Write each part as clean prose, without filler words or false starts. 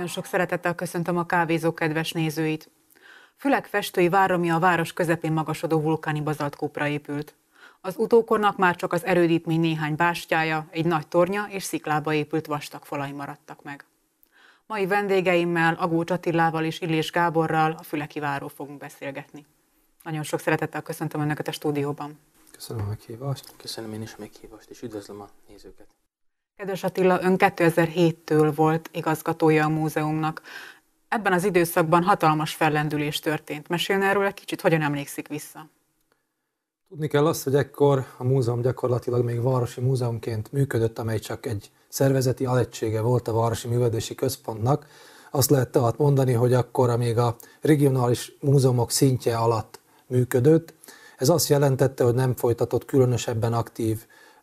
sok szeretettel köszöntöm a kávézó kedves nézőit. Fülek festői várromi a város közepén magasodó vulkáni bazaltkúpra épült. Az utókornak már csak az erődítmény néhány bástyája, egy nagy tornya és sziklába épült vastag falai maradtak meg. Mai vendégeimmel, Agócs Attilával és Illés Gáborral a füleki várról fogunk beszélgetni. Nagyon sok szeretettel köszöntöm Önöket a stúdióban. Köszönöm a meghívást. Köszönöm én is a meghívást, és üdvözlöm a nézőket. Kedves Attila, ön 2007-től volt igazgatója a múzeumnak. Ebben az időszakban hatalmas fellendülés történt. Mesélne erről egy kicsit, hogyan emlékszik vissza? Tudni kell azt, hogy ekkor a múzeum gyakorlatilag még városi múzeumként működött, amely csak egy szervezeti alegysége volt a Városi Művelődési Központnak. Azt lehet tehát mondani, hogy akkor még a regionális múzeumok szintje alatt működött. Ez azt jelentette, hogy nem folytatott különösebben aktív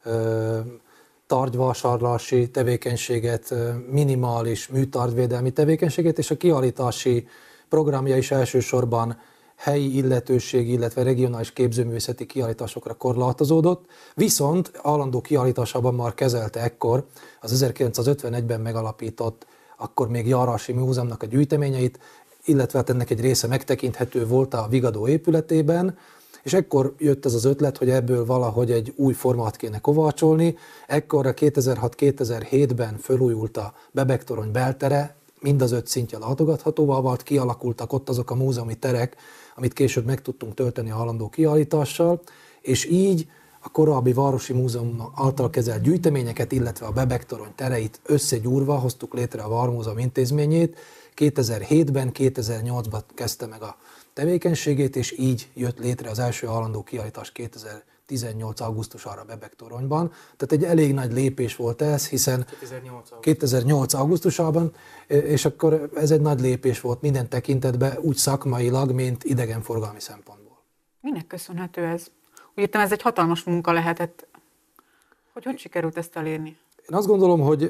tárgyvásárlási tevékenységet, minimális műtárgyvédelmi tevékenységet, és a kiállítási programja is elsősorban helyi illetőség, illetve regionális képzőművészeti kiállításokra korlátozódott, viszont állandó kiállításában már kezelte ekkor az 1951-ben megalapított, akkor még járási múzeumnak a gyűjteményeit, illetve hát ennek egy része megtekinthető volt a Vigadó épületében, és ekkor jött ez az ötlet, hogy ebből valahogy egy új formát kéne kovácsolni. Ekkorra 2006-2007-ben fölújult a Bebek-torony beltere, mind az 5 szintje látogathatóvá vált, kialakultak ott azok a múzeumi terek, amit később meg tudtunk tölteni a állandó kiállítással, és így a korábbi Városi Múzeum által kezelt gyűjteményeket, illetve a Bebek-torony tereit összegyúrva hoztuk létre a Vármúzeum intézményét. 2007-ben, 2008-ban kezdte meg a tevékenységét, és így jött létre az első állandó kiállítás 2018. augusztusára Bebek-toronyban. Tehát egy elég nagy lépés volt ez, hiszen 2008. augusztusában, és akkor ez egy nagy lépés volt minden tekintetben, úgy szakmailag, mint idegenforgalmi szempontból. Minek köszönhető ez? Úgy értem, ez egy hatalmas munka lehetett. Hogy sikerült ezt elérni? Én azt gondolom, hogy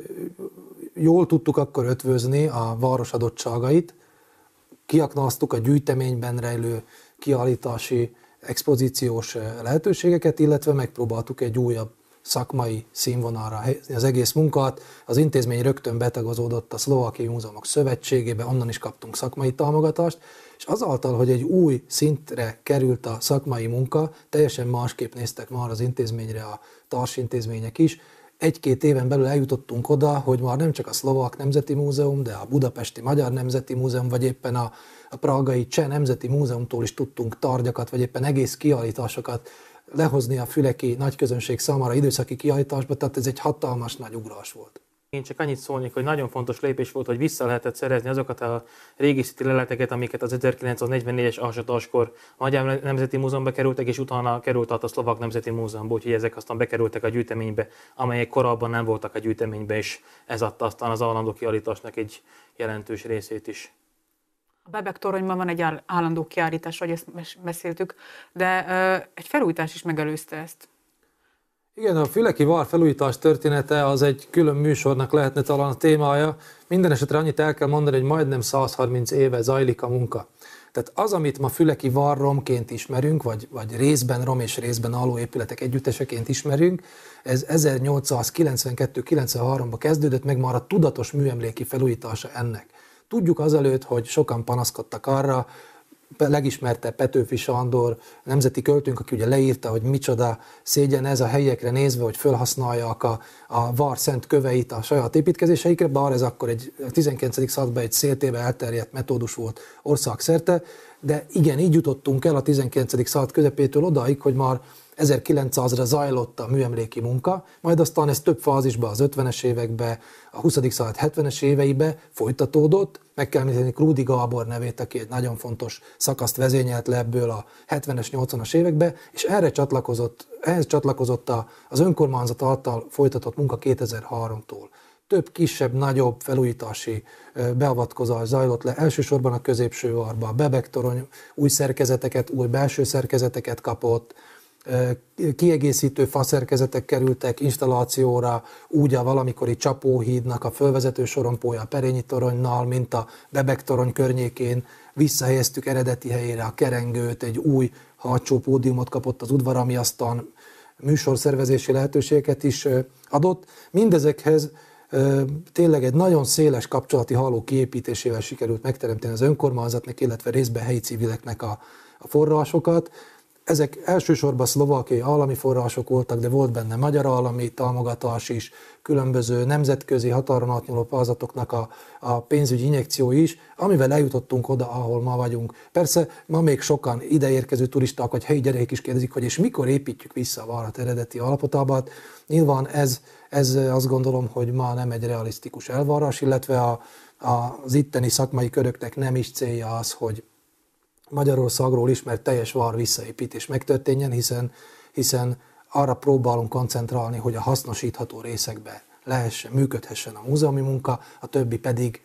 jól tudtuk akkor ötvözni a város adottságait, kiaknáztuk a gyűjteményben rejlő kiállítási, expozíciós lehetőségeket, illetve megpróbáltuk egy újabb szakmai színvonalra helyezni az egész munkát. Az intézmény rögtön betagozódott a Szlovákiai Múzeumok Szövetségébe, onnan is kaptunk szakmai támogatást, és azáltal, hogy egy új szintre került a szakmai munka, teljesen másképp néztek már az intézményre a társintézmények is. 1-2 éven belül eljutottunk oda, hogy már nem csak a Szlovák Nemzeti Múzeum, de a Budapesti Magyar Nemzeti Múzeum, vagy éppen a Prágai Cseh Nemzeti Múzeumtól is tudtunk tárgyakat, vagy éppen egész kiállításokat lehozni a füleki nagyközönség számára időszaki kiállításba, tehát ez egy hatalmas nagy ugrás volt. Én csak annyit szólnék, hogy nagyon fontos lépés volt, hogy vissza lehetett szerezni azokat a régészeti leleteket, amiket az 1944-es alsatáskor a Magyar Nemzeti Múzeumba kerültek, és utána került át a Szlovák Nemzeti Múzeumba, úgyhogy ezek aztán bekerültek a gyűjteménybe, amelyek korábban nem voltak a gyűjteménybe, és ez adta aztán az állandó kiállításnak egy jelentős részét is. A Bebek-toronyban van egy állandó kiállítás, ahogy ezt beszéltük, de egy felújítás is megelőzte ezt. Igen, a füleki vár felújítás története az egy külön műsornak lehetne talán a témája. Minden esetre annyit el kell mondani, hogy majdnem 130 éve zajlik a munka. Tehát az, amit ma füleki várromként ismerünk, vagy részben rom és részben álló épületek együtteseként ismerünk, ez 1892-93-ban kezdődött, meg már a tudatos műemléki felújítása ennek. Tudjuk azelőtt, hogy sokan panaszkodtak arra, legismertebb Petőfi Sándor, nemzeti költőnk, aki ugye leírta, hogy micsoda szégyen ez a helyiekre nézve, hogy felhasználják a vár szent köveit a saját építkezéseikre, bár ez akkor a 19. században egy széltéve elterjedt metódus volt országszerte, de igen, így jutottunk el a 19. század közepétől odaig, hogy már 1900-ra zajlott a műemléki munka, majd aztán ez több fázisban az 50-es években, a 20. század 70-es éveiben folytatódott. Meg kell említeni Krúdy Gábor nevét, aki egy nagyon fontos szakaszt vezényelt le ebből a 70-es, 80-as években, és ehhez csatlakozott az önkormányzat által folytatott munka 2003-tól. Több kisebb-nagyobb felújítási beavatkozás zajlott le, elsősorban a középső várba, a Bebek-torony új szerkezeteket, új belső szerkezeteket kapott, kiegészítő faszerkezetek kerültek installációra, úgy a valamikori Csapóhídnak a fölvezető sorompója a Perényi toronynal, mint a Bebek-torony környékén, visszahelyeztük eredeti helyére a kerengőt, egy új hátsó pódiumot kapott az udvar, ami aztán műsorszervezési lehetőségeket is adott. Mindezekhez tényleg egy nagyon széles kapcsolati háló kiépítésével sikerült megteremteni az önkormányzatnak, illetve részben helyi civileknek a forrásokat. Ezek elsősorban szlovákiai állami források voltak, de volt benne magyar állami támogatás is, különböző nemzetközi határon átnyúló pályázatoknak a pénzügyi injekció is, amivel eljutottunk oda, ahol ma vagyunk. Persze ma még sokan ideérkező turisták vagy helyi gyerekek is kérdezik, hogy és mikor építjük vissza a várat eredeti állapotába. Nyilván ez azt gondolom, hogy ma nem egy realisztikus elvárás, illetve az itteni szakmai köröknek nem is célja az, hogy Magyarországról ismert teljes vár visszaépítés megtörténjen, hiszen arra próbálunk koncentrálni, hogy a hasznosítható részekbe működhessen a múzeumi munka, a többi pedig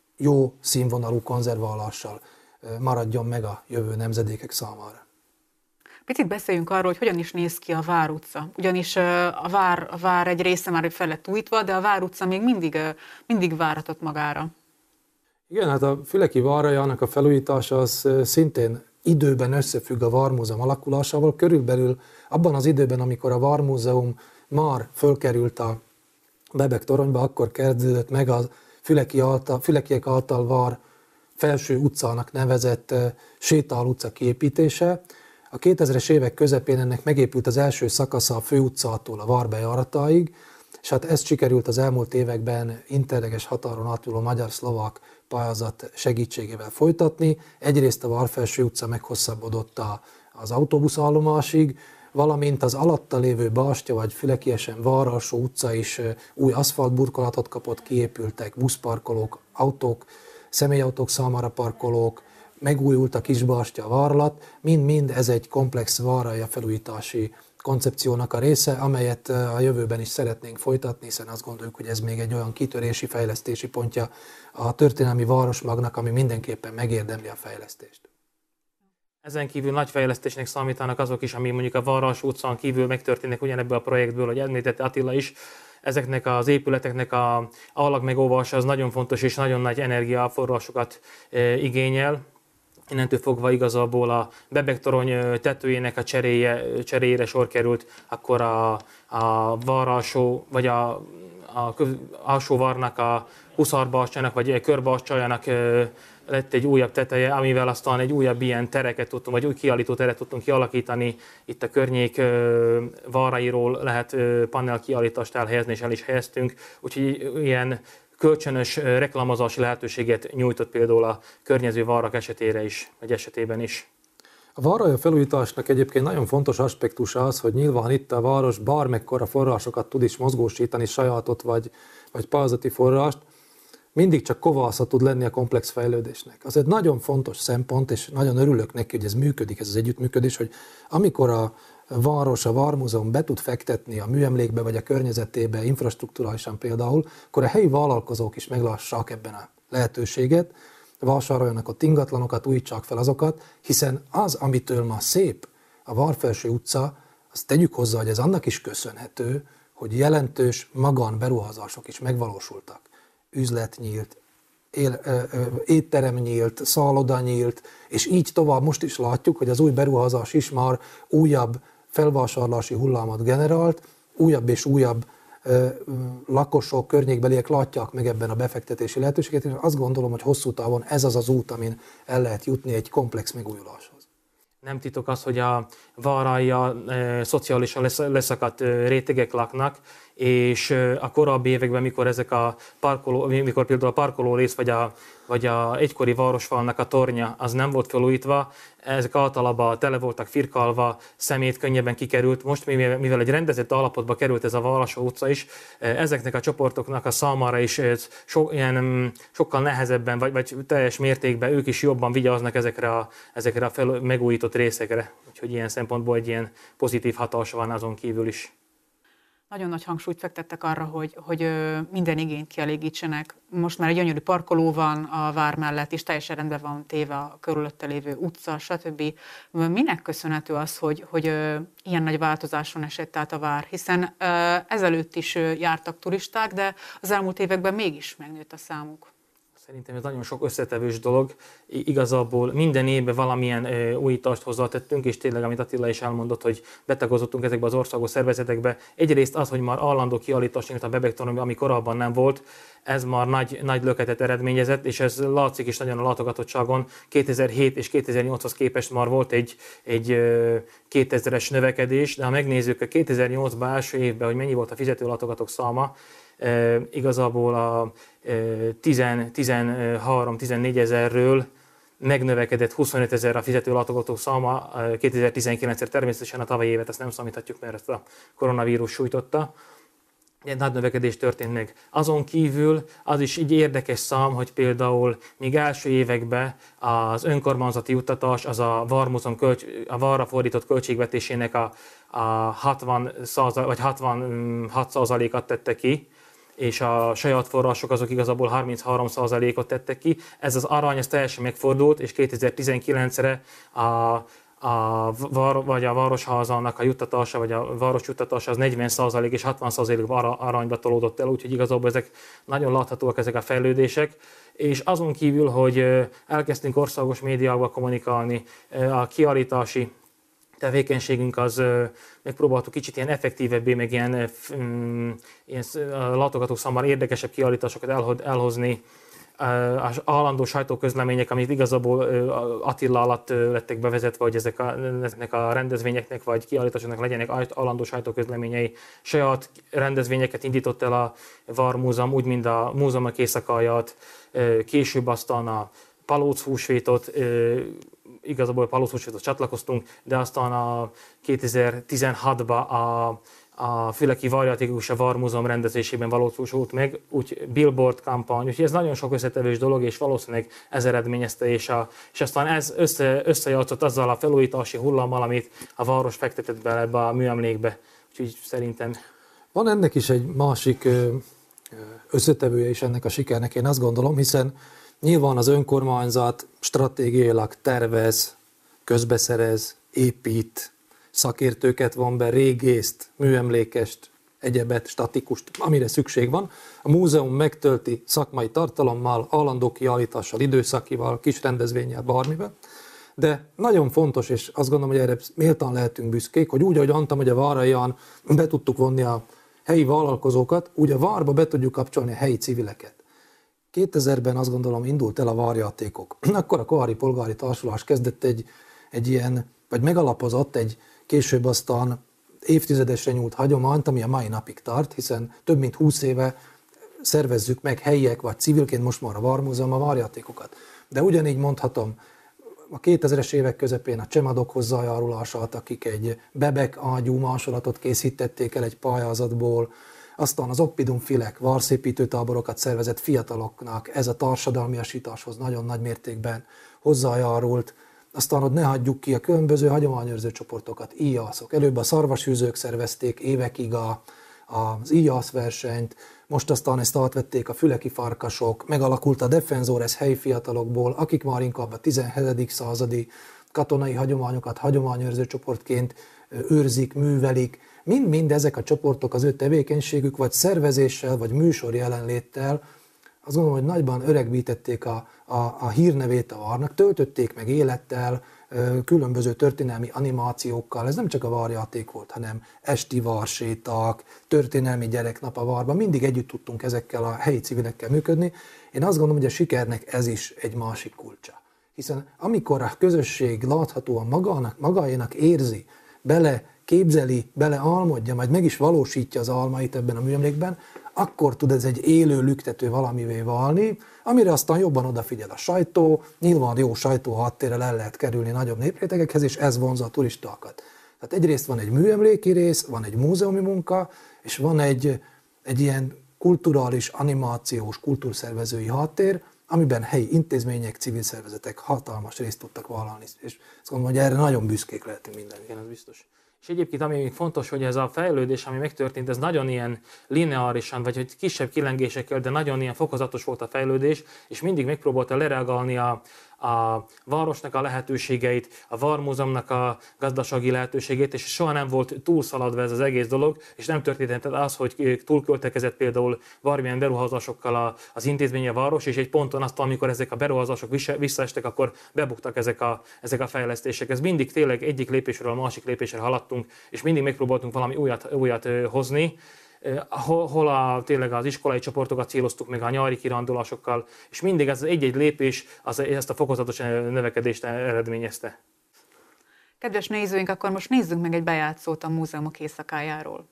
jó színvonalú konzerválással maradjon meg a jövő nemzedékek számára. Picit beszéljünk arról, hogy hogyan is néz ki a Vár utca. Ugyanis a vár egy része már fel lett újítva, de a Vár utca még mindig váratott magára. Igen, hát a Füleki várjának a felújítása az szintén időben összefügg a Vármúzeum alakulásával. Körülbelül abban az időben, amikor a Vármúzeum már fölkerült a Bebek toronyba, akkor kezdődött meg a fülekiek által Vár felső utcának nevezett Sétál utca kiépítése. A 2000-es évek közepén ennek megépült az első szakasza a főutcától a Vár bejáratáig, és hát ezt sikerült az elmúlt években interreges határon átnyúló magyar-szlovák pályázat segítségével folytatni. Egyrészt a Várfelső utca meghosszabbodott az autóbuszállomásig, valamint az alatta lévő Bástya vagy Fülekiesen Váralsó utca is új aszfaltburkolatot kapott, kiépültek buszparkolók, autók, személyautók számára parkolók, megújult a Kisbástya várlat, mind-mind ez egy komplex váralja felújítási koncepciónak a része, amelyet a jövőben is szeretnénk folytatni, hiszen azt gondoljuk, hogy ez még egy olyan kitörési, fejlesztési pontja a történelmi városmagnak, ami mindenképpen megérdemli a fejlesztést. Ezen kívül nagy fejlesztésnek számítanak azok is, ami mondjuk a Varras utcán kívül megtörténnek ugyanebből a projektből, hogy említette Attila is. Ezeknek az épületeknek a alak megóvása az nagyon fontos és nagyon nagy energiaforrásokat igényel. Innentől fogva igazából a Bebek torony tetőjének a cseréjére sor került, akkor a Varalsó, vagy a alsó varnak a huszarbástyának, vagy körbástyájának lett egy újabb teteje, amivel aztán egy újabb ilyen tereket tudtunk, vagy új kiállító teret tudtunk kialakítani. Itt a környék varrairól lehet panel kiállítást elhelyezni, és el is helyeztünk. Úgyhogy ilyen kölcsönös reklamozási lehetőséget nyújtott például a környező varrak esetére is, vagy esetében is. A váralja felújításnak egyébként nagyon fontos aspektusa az, hogy nyilván itt a város bármekkora forrásokat tud is mozgósítani, sajátot vagy pályázati forrást, mindig csak kovásza tud lenni a komplex fejlődésnek. Az egy nagyon fontos szempont, és nagyon örülök neki, hogy ez működik, ez az együttműködés, hogy amikor a város, a Vármúzeum be tud fektetni a műemlékbe vagy a környezetébe, infrastrukturálisan például, akkor a helyi vállalkozók is meglássák ebben a lehetőséget, vásároljanak ott ingatlanokat, újítsák fel azokat, hiszen az, amitől ma szép a Várfelső utca, azt tegyük hozzá, hogy ez annak is köszönhető, hogy jelentős magánberuházások is megvalósultak. Üzlet nyílt, étterem nyílt, szálloda nyílt, és így tovább most is látjuk, hogy az új beruházás is már újabb felvásárlási hullámot generált, újabb és újabb lakosok, környékbeliek látják meg ebben a befektetési lehetőséget, és azt gondolom, hogy hosszú távon ez az az út, amin el lehet jutni egy komplex megújuláshoz. Nem titok az, hogy a varralja szociálisan leszakadt rétegek laknak, és a korábbi években, mikor mikor például a parkoló rész vagy a egykori városfalnak a tornya az nem volt felújítva, ezek általában tele voltak firkalva, szemét könnyebben kikerült. Most, mivel egy rendezett állapotba került ez a Varalsó utca is, ezeknek a csoportoknak a számára is sokkal nehezebben, vagy teljes mértékben ők is jobban vigyáznak ezekre a megújított részekre. Úgyhogy ilyen szempontból egy ilyen pozitív hatása van azon kívül is. Nagyon nagy hangsúlyt fektettek arra, hogy minden igényt kielégítsenek. Most már egy gyönyörű parkoló van a vár mellett, és teljesen rendben van téve a körülötte lévő utca, stb. Minek köszönhető az, hogy ilyen nagy változáson esett át a vár? Hiszen ezelőtt is jártak turisták, de az elmúlt években mégis megnőtt a számuk. Szerintem ez nagyon sok összetevős dolog. igazából minden évben valamilyen újítást hozzátettünk, és tényleg, amit Attila is elmondott, hogy betagozottunk ezekbe az országos szervezetekbe. Egyrészt az, hogy már állandó kiállítás nyílt a bebekton, ami korábban nem volt, ez már nagy löketet eredményezett, és ez látszik is nagyon a látogatottságon. 2007 és 2008-hoz képest már volt egy 2000-es növekedés, de ha megnézzük a 2008-ban első évben, hogy mennyi volt a fizető látogatók száma, igazából a 13-14 ezerről megnövekedett 25 000 a fizető látogatók száma 2019-re, természetesen a tavalyi évet ezt nem számíthatjuk, mert ezt a koronavírus sújtotta. Egy nagy növekedés történt meg. Azon kívül az is egy érdekes szám, hogy például még első években az önkormányzati juttatás az a Vármúzeum a Várra fordított költségvetésének a 66%-at tette ki, és a saját források azok igazából 33%-ot tettek ki. Ez az arány ez teljesen megfordult, és 2019-re a Városházának a juttatása, vagy a város juttatása az 40% és 60% arányba tolódott el, úgyhogy igazából ezek nagyon láthatóak ezek a fejlődések. És azon kívül, hogy elkezdtünk országos médiákba kommunikálni, a kiállítási tevékenységünk az megpróbáltuk kicsit ilyen effektívebbé, meg ilyen látogatók számára érdekesebb kiállításokat elhozni. Az állandó sajtóközlemények, amit igazából Attila alatt lettek bevezetve, hogy ezeknek a rendezvényeknek vagy kiállításoknak legyenek állandó sajtóközleményei. Saját rendezvényeket indított el a Vármúzeum, úgy, mint a múzeumok éjszakáját, később aztán a Palóc húsvétot, igazából Palóc húsvétot csatlakoztunk, de aztán a 2016-ban a Füleki Várjátékok és a Vármúzeum rendezésében valósult meg, úgy billboard kampány, úgyhogy ez nagyon sok összetevős dolog, és valószínűleg ez eredményezte, és aztán ez összejátszott azzal a felújítási hullámmal, amit a város fektetett bele ebbe a műemlékbe, úgyhogy szerintem... Van ennek is egy másik összetevője is ennek a sikernek, én azt gondolom, hiszen nyilván az önkormányzat stratégiailag tervez, közbeszerez, épít, szakértőket von be, régészt, műemlékest, egyebet, statikust, amire szükség van. A múzeum megtölti szakmai tartalommal, állandó kiállítással, időszakival, kis rendezvénnyel, bármivel. De nagyon fontos, és azt gondolom, hogy erre méltán lehetünk büszkék, hogy úgy, ahogy mondtam, hogy a Váraian be tudtuk vonni a helyi vállalkozókat, úgy a Várba be tudjuk kapcsolni a helyi civileket. 2000-ben azt gondolom indult el a Várjátékok. Akkor a Kohári Polgári Társulás kezdett egy ilyen, vagy megalapozott egy később aztán évtizedesre nyúlt hagyományt, ami a mai napig tart, hiszen több mint 20 éve szervezzük meg helyiek vagy civilként most már a Vármúzeum a Várjátékokat. De ugyanígy mondhatom, a 2000-es évek közepén a Csemadok hozzájárulását, akik egy bebek ágyú másolatot készítették el egy pályázatból, aztán az Oppidum Filek varszépítőtáborokat szervezett fiataloknak, ez a társadalmiasításhoz nagyon nagy mértékben hozzájárult. Aztán ott ne hagyjuk ki a különböző hagyományőrző csoportokat, íjászok. Előbb a szarvasűzők szervezték évekig az íjász versenyt, most aztán ezt átvették a füleki farkasok, megalakult a Defensores helyi fiatalokból, akik már inkább a 17. századi katonai hagyományokat hagyományőrző csoportként őrzik, művelik. Mind ezek a csoportok az ő tevékenységük, vagy szervezéssel, vagy műsor jelenléttel, azt gondolom, hogy nagyban öregbítették a hírnevét a Várnak, töltötték meg élettel, különböző történelmi animációkkal. Ez nem csak a Várjáték volt, hanem esti várséták, történelmi gyereknap a Várban. Mindig együtt tudtunk ezekkel a helyi civilekkel működni. Én azt gondolom, hogy a sikernek ez is egy másik kulcsa. Hiszen amikor a közösség láthatóan magáénak érzi, bele képzeli, bele álmodja, majd meg is valósítja az álmait ebben a műemlékben, akkor tud ez egy élő, lüktető valamivé válni, amire aztán jobban odafigyel a sajtó, nyilván jó sajtó háttérrel el lehet kerülni nagyobb néprétegekhez, és ez vonzza a turistákat. Tehát egyrészt van egy műemléki rész, van egy múzeumi munka, és van egy ilyen kulturális, animációs, kultúrszervezői háttér, amiben helyi intézmények, civil szervezetek hatalmas részt tudtak vállalni. És azt gondolom, hogy erre nagyon büszkék lehetünk mindenki. Igen, ez biztos. És egyébként ami még fontos, hogy ez a fejlődés, ami megtörtént, ez nagyon ilyen lineárisan, vagy hogy kisebb kilengésekkel, de nagyon ilyen fokozatos volt a fejlődés, és mindig megpróbálta lereagálni a városnak a lehetőségeit, a Varmúzeumnak a gazdasági lehetőségét, és soha nem volt túlszaladva ez az egész dolog, és nem történt az, hogy túlköltekezett például bármilyen beruházásokkal az intézmény, a város, és egy ponton azt, amikor ezek a beruházások visszaestek, akkor bebuktak ezek a fejlesztések. Ez mindig tényleg egyik lépésről a másik lépésre haladtunk, és mindig megpróbáltunk valami újat hozni, hol tényleg az iskolai csoportokat céloztuk meg a nyári kirándulásokkal, és mindig ez egy-egy lépés ezt a fokozatos növekedést eredményezte. Kedves nézőink, akkor most nézzünk meg egy bejátszót a múzeumok éjszakájáról.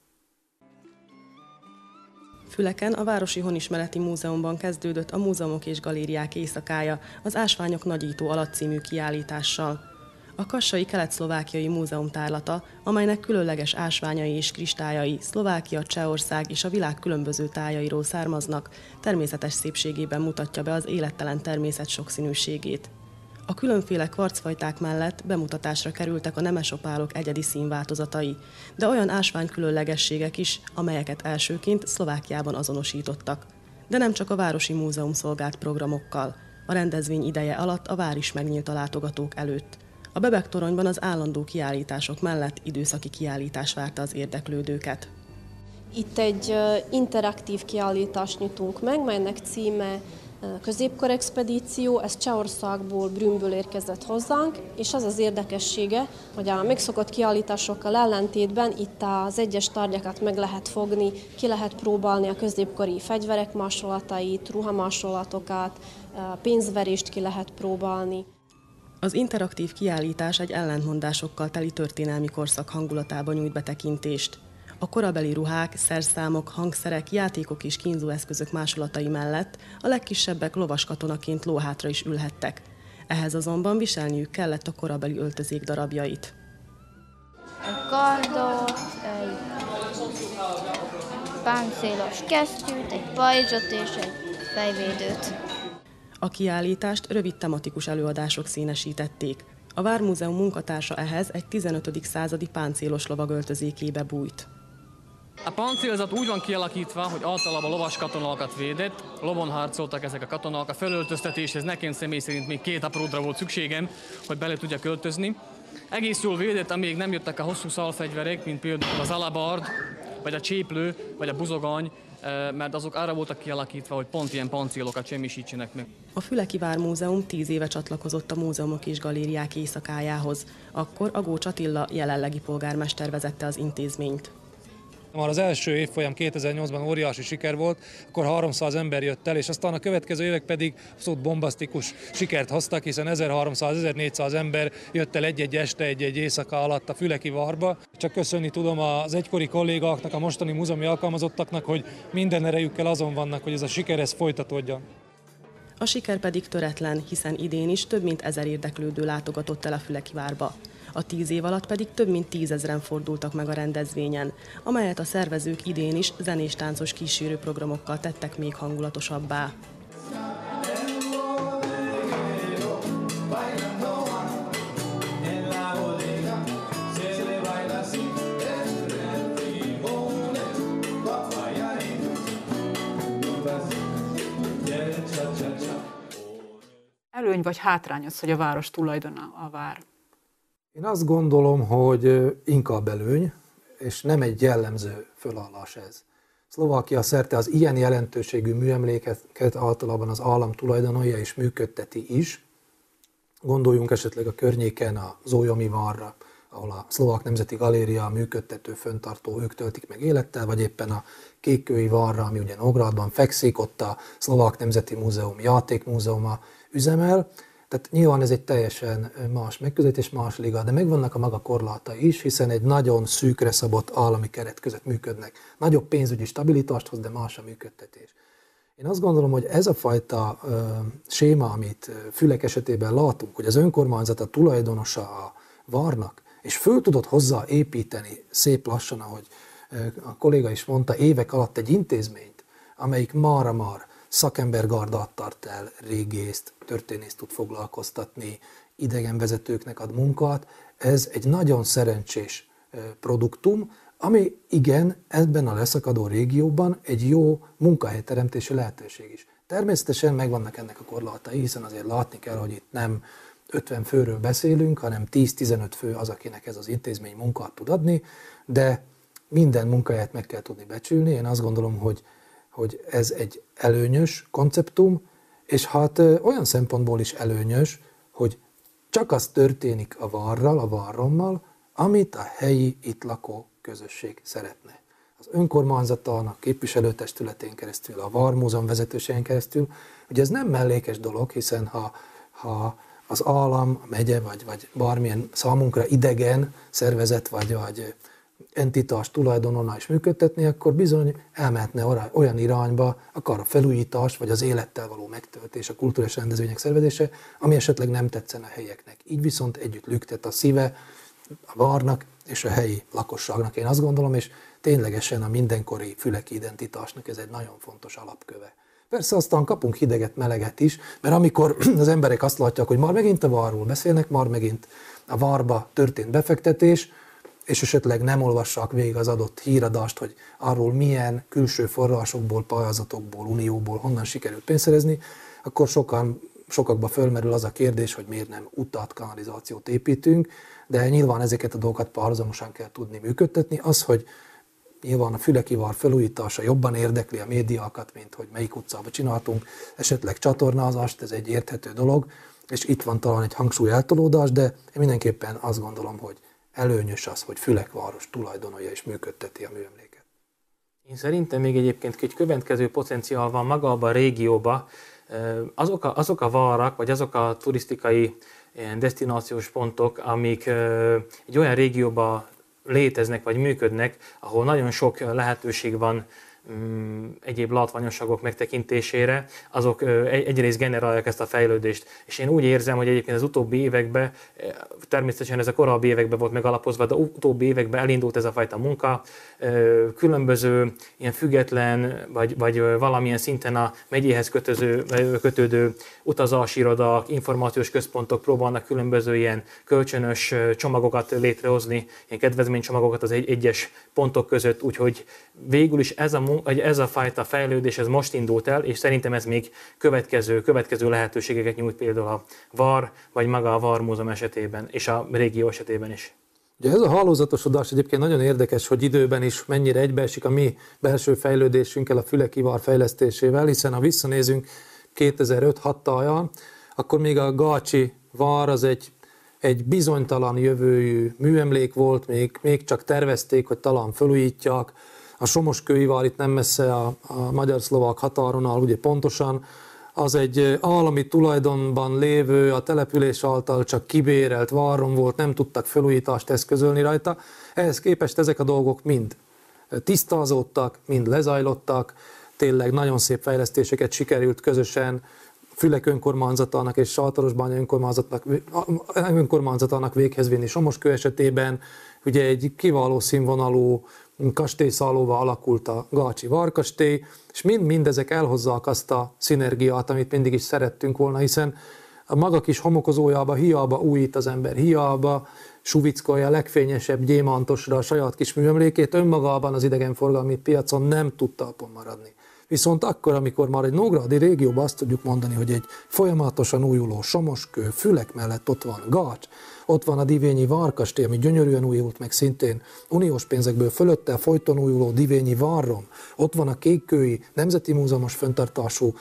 Füleken a Városi Honismereti Múzeumban kezdődött a Múzeumok és Galériák éjszakája az Ásványok nagyító alatt című kiállítással. A Kassai Kelet-szlovákiai Múzeum tárlata, amelynek különleges ásványai és kristályai Szlovákia, Csehország és a világ különböző tájairól származnak, természetes szépségében mutatja be az élettelen természet sokszínűségét. A különféle kvarcfajták mellett bemutatásra kerültek a nemesopálok egyedi színváltozatai, de olyan ásványkülönlegességek is, amelyeket elsőként Szlovákiában azonosítottak. De nem csak a Városi Múzeum szolgált programokkal. A rendezvény ideje alatt a vár is megnyílt a látogatók előtt. A Bebek-toronyban az állandó kiállítások mellett időszaki kiállítás várta az érdeklődőket. Itt egy interaktív kiállítást nyitunk meg, melynek címe Középkorexpedíció, ez Csehországból, Brünnből érkezett hozzánk, és az az érdekessége, hogy a megszokott kiállításokkal ellentétben itt az egyes tárgyakat meg lehet fogni, ki lehet próbálni a középkori fegyverek másolatait, ruhamásolatokat, pénzverést ki lehet próbálni. Az interaktív kiállítás egy ellentmondásokkal teli történelmi korszak hangulatában nyújt betekintést. A korabeli ruhák, szerszámok, hangszerek, játékok és kínzóeszközök másolatai mellett a legkisebbek lovaskatonaként lóhátra is ülhettek. Ehhez azonban viselniük kellett a korabeli öltözék darabjait. Egy kardot, egy páncélos kesztyűt, egy pajzsot és egy fejvédőt. A kiállítást rövid tematikus előadások színesítették. A Vármúzeum munkatársa ehhez egy 15. századi páncélos lovag öltözékébe bújt. A páncélzat úgy van kialakítva, hogy általában lovas katonákat védett, lovon harcoltak ezek a katonák. A felöltöztetéshez nekem személy szerint még 2 apródra volt szükségem, hogy bele tudjak öltözni. Egész jól védett, amíg nem jöttek a hosszú szalfegyverek, mint például az alabard, vagy a cséplő, vagy a buzogany, mert azok arra voltak kialakítva, hogy pont ilyen páncélokat semmisítsenek meg. A Füleki Vármúzeum 10 éve csatlakozott a Múzeumok és Galériák éjszakájához. Akkor Agócs Attila jelenlegi polgármester vezette az intézményt. Már az első évfolyam 2008-ban óriási siker volt, akkor 300 ember jött el, és aztán a következő évek pedig abszolút bombasztikus sikert hoztak, hiszen 1300-1400 ember jött el egy-egy este, egy-egy éjszaka alatt a Füleki Várba. Csak köszönni tudom az egykori kollégáknak, a mostani múzeumi alkalmazottaknak, hogy minden erejükkel azon vannak, hogy ez a siker folytatódjon. A siker pedig töretlen, hiszen idén is több mint 1000 érdeklődő látogatott el a Füleki Várba. A 10 év alatt pedig több mint 10 000-en fordultak meg a rendezvényen, amelyet a szervezők idén is zenés-táncos kísérő programokkal tettek még hangulatosabbá. Előny vagy hátrány az, hogy a város tulajdona a vár? Én azt gondolom, hogy inkább előny, és nem egy jellemző fölállás ez. Szlovákia szerte az ilyen jelentőségű műemlékeket általában az állam tulajdonolja és működteti is. Gondoljunk esetleg a környéken a Zójomi várra, ahol a Szlovák Nemzeti Galéria, a működtető, föntartó, ők töltik meg élettel, vagy éppen a Kékkői várra, ami ugye Nógradban fekszik, ott a Szlovák Nemzeti Múzeum, Játékmúzeuma üzemel. Tehát nyilván ez egy teljesen más megközelítés, más liga, de megvannak a maga korlátai is, hiszen egy nagyon szűkre szabott állami keret között működnek. Nagyobb pénzügyi stabilitást hoz, de más a működtetés. Én azt gondolom, hogy ez a fajta séma, amit Fülek esetében látunk, hogy az önkormányzat a tulajdonosa a várnak, és föl tudott hozzá építeni szép lassan, ahogy a kolléga is mondta, évek alatt egy intézményt, amelyik mára-már szakembergardát tart el, régészt, történészt tud foglalkoztatni, idegenvezetőknek ad munkát. Ez egy nagyon szerencsés produktum, ami igen, ebben a leszakadó régióban egy jó munkahelyteremtési lehetőség is. Természetesen megvannak ennek a korlátai, hiszen azért látni kell, hogy itt nem 50 főről beszélünk, hanem 10-15 fő az, akinek ez az intézmény munkát tud adni, de minden munkáját meg kell tudni becsülni. Én azt gondolom, hogy ez egy előnyös konceptum, és hát olyan szempontból is előnyös, hogy csak az történik a varral, a varrommal, amit a helyi, itt lakó közösség szeretne. Az önkormányzatán, a képviselőtestületén keresztül, a Varmúzeum vezetőségén keresztül. Ugye ez nem mellékes dolog, hiszen ha az állam, a megye, vagy bármilyen számunkra idegen szervezet, vagy entitás tulajdononnal is működtetni, akkor bizony elmehetne olyan irányba, akár a felújítás, vagy az élettel való megtöltés, a kulturális rendezvények szervezése, ami esetleg nem tetszene a helyieknek. Így viszont együtt lüktet a szíve a várnak és a helyi lakosságnak, én azt gondolom, és ténylegesen a mindenkori füleki identitásnak ez egy nagyon fontos alapköve. Persze aztán kapunk hideget, meleget is, mert amikor az emberek azt látják, hogy már megint a várról beszélnek, már megint a várba történt befektetés, és esetleg nem olvassák végig az adott híradást, hogy arról milyen külső forrásokból, pályázatokból, unióból, honnan sikerült pénzt szerezni, akkor sokakba fölmerül az a kérdés, hogy miért nem utat, kanalizációt építünk, de nyilván ezeket a dolgokat párhuzamosan kell tudni működtetni. Az, hogy nyilván a füleki vár felújítása jobban érdekli a médiákat, mint hogy melyik utcába csináltunk, esetleg csatornázást, ez egy érthető dolog, és itt van talán egy hangsúly eltolódás, de én mindenképpen azt gondolom, hogy előnyös az, hogy Fülekváros tulajdonolja és működteti a műemléket. Én szerintem még egyébként egy következő potenciál van maga abban a régióban. Azok a várak, vagy azok a turisztikai desztinációs pontok, amik egy olyan régióban léteznek, vagy működnek, ahol nagyon sok lehetőség van egyéb látványosságok megtekintésére, azok egyrészt generálják ezt a fejlődést. És én úgy érzem, hogy egyébként az utóbbi években, természetesen ez a korábbi években volt megalapozva, de utóbbi években elindult ez a fajta munka, különböző ilyen független, vagy valamilyen szinten a megyéhez kötődő utazási irodák, információs központok próbálnak különböző ilyen kölcsönös csomagokat létrehozni, ilyen kedvezménycsomagokat az egyes pontok között, úgyhogy végül is ez a fajta fejlődés ez most indult el, és szerintem ez még következő lehetőségeket nyújt például a VAR, vagy maga a Varmúzeum esetében, és a régió esetében is. Ugye ez a hálózatosodás egyébként nagyon érdekes, hogy időben is mennyire egybeesik a mi belső fejlődésünkkel, a füleki vár fejlesztésével, hiszen ha visszanézünk 2005-6 táján, akkor még a gácsi vár az egy bizonytalan jövőjű műemlék volt, még csak tervezték, hogy talán felújítják. A Somoskői vár itt nem messze a magyar-szlovák határonál, ugye pontosan, az egy állami tulajdonban lévő, a település által csak kibérelt várom volt, nem tudtak felújítást eszközölni rajta. Ehhez képest ezek a dolgok mind tisztázódtak, mind lezajlottak, tényleg nagyon szép fejlesztéseket sikerült közösen Fülek önkormányzatának és Sátorosbánya önkormányzatának véghez vinni. Somoskő esetében ugye egy kiváló színvonalú kastélyszállóval alakult a gácsi várkastély, és mindezek elhozzák azt a szinergiát, amit mindig is szerettünk volna, hiszen a maga kis homokozójába hiába újít az ember, hiába suvickolja a legfényesebb gyémántosra a saját kis műemlékét, önmagában az idegenforgalmi piacon nem tud talpon maradni. Viszont akkor, amikor már egy nógrádi régióban azt tudjuk mondani, hogy egy folyamatosan újuló Somoskő, Fülek mellett ott van Gács, ott van a divényi várkastély, ami gyönyörűen újult meg szintén uniós pénzekből, fölötte folyton újuló divényi várrom, ott van a Kékkői Nemzeti Múzeumos fenntartású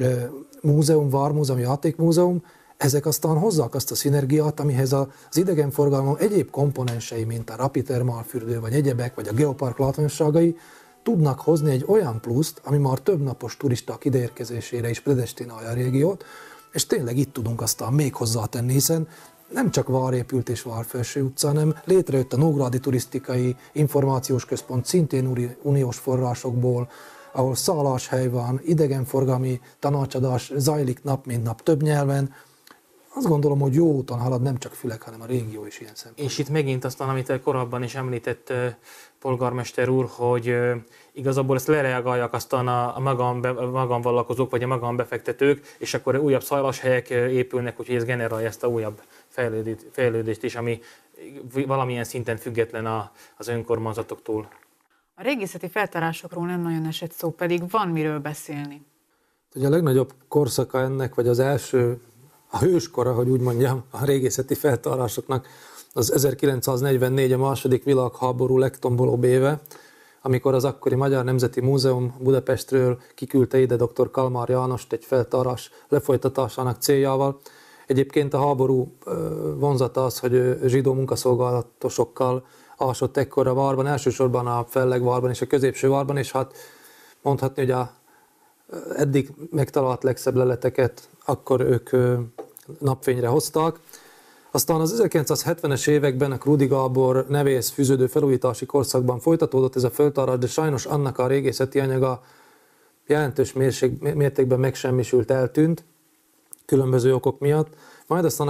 múzeum, vármúzeum, játékmúzeum, ezek aztán hozzák azt a szinergiát, amihez az idegenforgalom egyéb komponensei, mint a rapitermálfürdő, vagy egyebek, vagy a geopark látványosságai, tudnak hozni egy olyan pluszt, ami már több napos turisták ideérkezésére is predestinálja a régiót, és tényleg itt tudunk aztán még hozzátenni, hiszen nem csak Vár épült és Várfelső utca, hanem létrejött a Nógrádi Turisztikai Információs Központ szintén uniós forrásokból, ahol szálláshely van, idegenforgalmi tanácsadás zajlik nap mint nap több nyelven. Azt gondolom, hogy jó úton halad nem csak Fülek, hanem a régió is ilyen szempontból. És itt megint aztán, amit korábban is említett polgármester úr, hogy igazából ezt lereagálják aztán a magánvállalkozók vagy a magánbefektetők, és akkor újabb szálláshelyek épülnek, úgyhogy ez generálja ezt a újabb fejlődést is, ami valamilyen szinten független az önkormányzatoktól. A régészeti feltárásokról nem nagyon esett szó, pedig van miről beszélni. Ugye a legnagyobb korszaka ennek, vagy az első, a hőskora, hogy úgy mondjam, a régészeti feltárásoknak az 1944, a második világháború legtombolóbb éve, amikor az akkori Magyar Nemzeti Múzeum Budapestről kiküldte ide dr. Kalmár Jánost egy feltárás lefolytatásának céljával. Egyébként a háború vonzata az, hogy zsidó munkaszolgálatosokkal ásott ekkor a várban, elsősorban a Fellegvárban és a középső várban, és hát mondhatni, hogy a eddig megtalált legszebb leleteket akkor ők napfényre hozták. Aztán az 1970-es években a Krúdy Gábor nevéhez fűződő felújítási korszakban folytatódott ez a feltárás, de sajnos annak a régészeti anyaga jelentős mértékben megsemmisült, eltűnt különböző okok miatt. Majd aztán a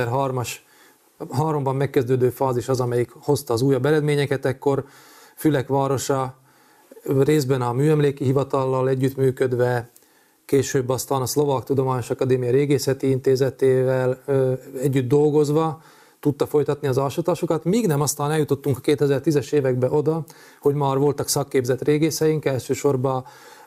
2003-ban megkezdődő fázis az, amelyik hozta az újabb eredményeket, ekkor Fülek városa részben a Műemléki Hivatallal együttműködve, később aztán a Szlovák Tudományos Akadémia Régészeti Intézetével együtt dolgozva tudta folytatni az ásatásokat, míg nem aztán eljutottunk a 2010-es évekbe oda, hogy már voltak szakképzett régészeink, elsősorban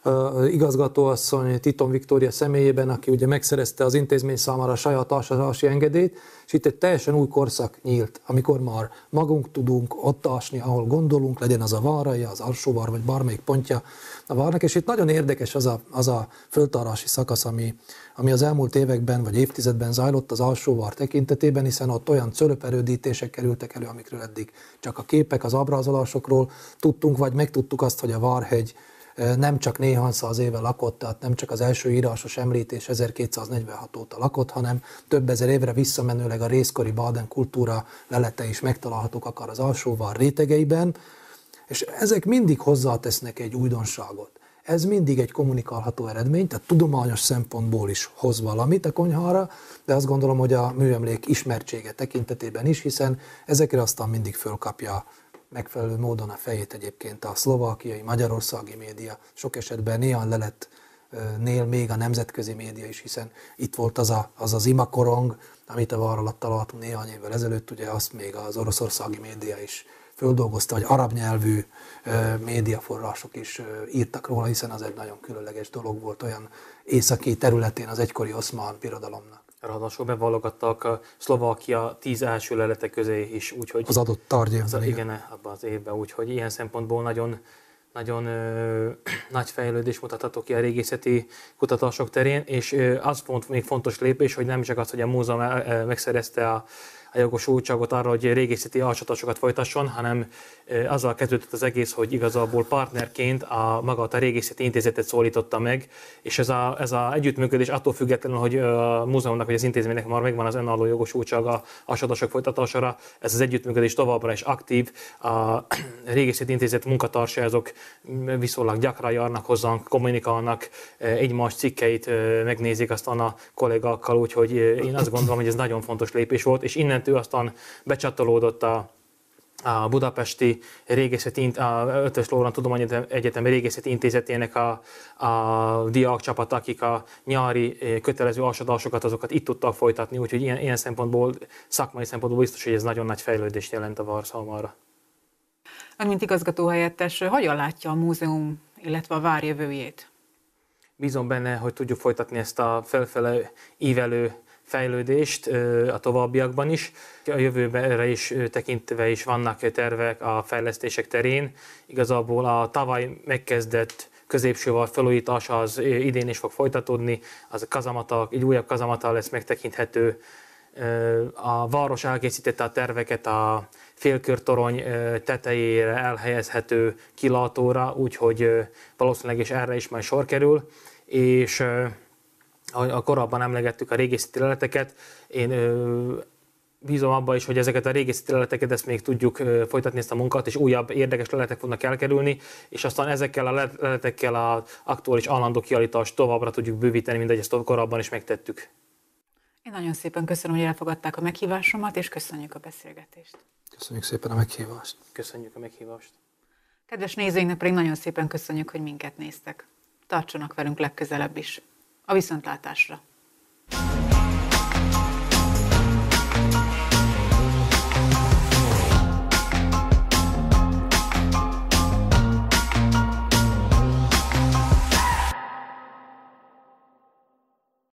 igazgatóasszony Titon Viktória személyében, aki ugye megszerezte az intézmény számára a saját ásatási engedélyt, és itt egy teljesen új korszak nyílt, amikor már magunk tudunk ott ásni, ahol gondolunk, legyen az a Váraja, az Alsóvár, vagy bármelyik pontja a várnak, és itt nagyon érdekes az a föltárási szakasz, ami az elmúlt években vagy évtizedben zajlott az Alsóvár tekintetében, hiszen ott olyan cölöperődítések kerültek elő, amikről eddig csak a képek, az ábrázolásokról tudtunk, vagy megtudtuk azt, hogy a Várhegy nem csak néhány száz éve lakott, tehát nem csak az első írásos említés 1246 óta lakott, hanem több ezer évre visszamenőleg a részkori Baden kultúra lelete is megtalálhatók akár az Alsóvár rétegeiben, és ezek mindig hozzátesznek egy újdonságot. Ez mindig egy kommunikálható eredmény, tehát tudományos szempontból is hoz valamit a konyhára, de azt gondolom, hogy a műemlék ismertsége tekintetében is, hiszen ezekre aztán mindig fölkapja megfelelő módon a fejét egyébként a szlovákiai, magyarországi média, sok esetben néhány leletnél még a nemzetközi média is, hiszen itt volt az imakorong, amit a vár alatt találtunk néhány évvel ezelőtt, ugye azt még az oroszországi média is földolgozta, vagy arab nyelvű médiaforrások is írtak róla, hiszen az egy nagyon különleges dolog volt olyan északi területén az egykori oszmán birodalomnak. Ráadásul bevallogattak a Szlovákia 10 első lelete közé is, úgyhogy... Az adott tárgyában. Igen, abban az évben, úgyhogy ilyen szempontból nagyon nagy fejlődés mutatható ki a régészeti kutatások terén, és az még fontos lépés, hogy nem csak az, hogy a múzeum megszerezte a jogosultságot arra, hogy régészeti ásatásokat folytasson, hanem azzal kezdődött az egész, hogy igazából partnerként magát a régészeti intézetet szólította meg, és ez a együttműködés attól függetlenül, hogy a múzeumnak vagy az intézménynek már megvan az önálló jogosultsága ásatások folytatására, ez az együttműködés továbbra is aktív. A régészeti intézet munkatársai azok viszonylag gyakran járnak hozzánk, kommunikálnak, egymás cikkeit megnézik aztán a kollégákkal, úgyhogy én azt gondolom, hogy ez nagyon fontos lépés volt, és innentől aztán becsatolódott a budapesti régészeti, a Ötös Loránd Tudományegyetem Régészeti Intézetének a diákcsapat, akik a nyári kötelező ásatásokat, azokat itt tudtak folytatni, úgyhogy ilyen szempontból, szakmai szempontból biztos, hogy ez nagyon nagy fejlődést jelent a vár számára. Ön, mint igazgatóhelyettes, hogyan látja a múzeum, illetve a vár jövőjét? Bízom benne, hogy tudjuk folytatni ezt a felfele ívelő fejlődést a továbbiakban is. A jövőre is tekintve is vannak tervek a fejlesztések terén. Igazából a tavaly megkezdett középső vár felújítása az idén is fog folytatódni. Az a kazamata, egy újabb kazamata lesz megtekinthető. A város elkészítette a terveket a félkörtorony tetejére elhelyezhető kilátóra, úgyhogy valószínűleg is erre is majd sor kerül. És a korábban emlegettük a régészeti leleteket, én bízom abban is, hogy ezeket a régészeti leleteket ezt még tudjuk folytatni ezt a munkát, és újabb érdekes leletek fognak elkerülni, és aztán ezekkel a leletekkel az aktuális állandó kiállítást továbbra tudjuk bővíteni, mint ahogy ezt korábban is megtettük. Én nagyon szépen köszönöm, hogy elfogadták a meghívásomat, és köszönjük a beszélgetést. Köszönjük szépen a meghívást. Köszönjük a meghívást. Kedves nézőinknek pedig nagyon szépen köszönjük, hogy minket néztek. Tartsanak velünk legközelebb is. A viszontlátásra!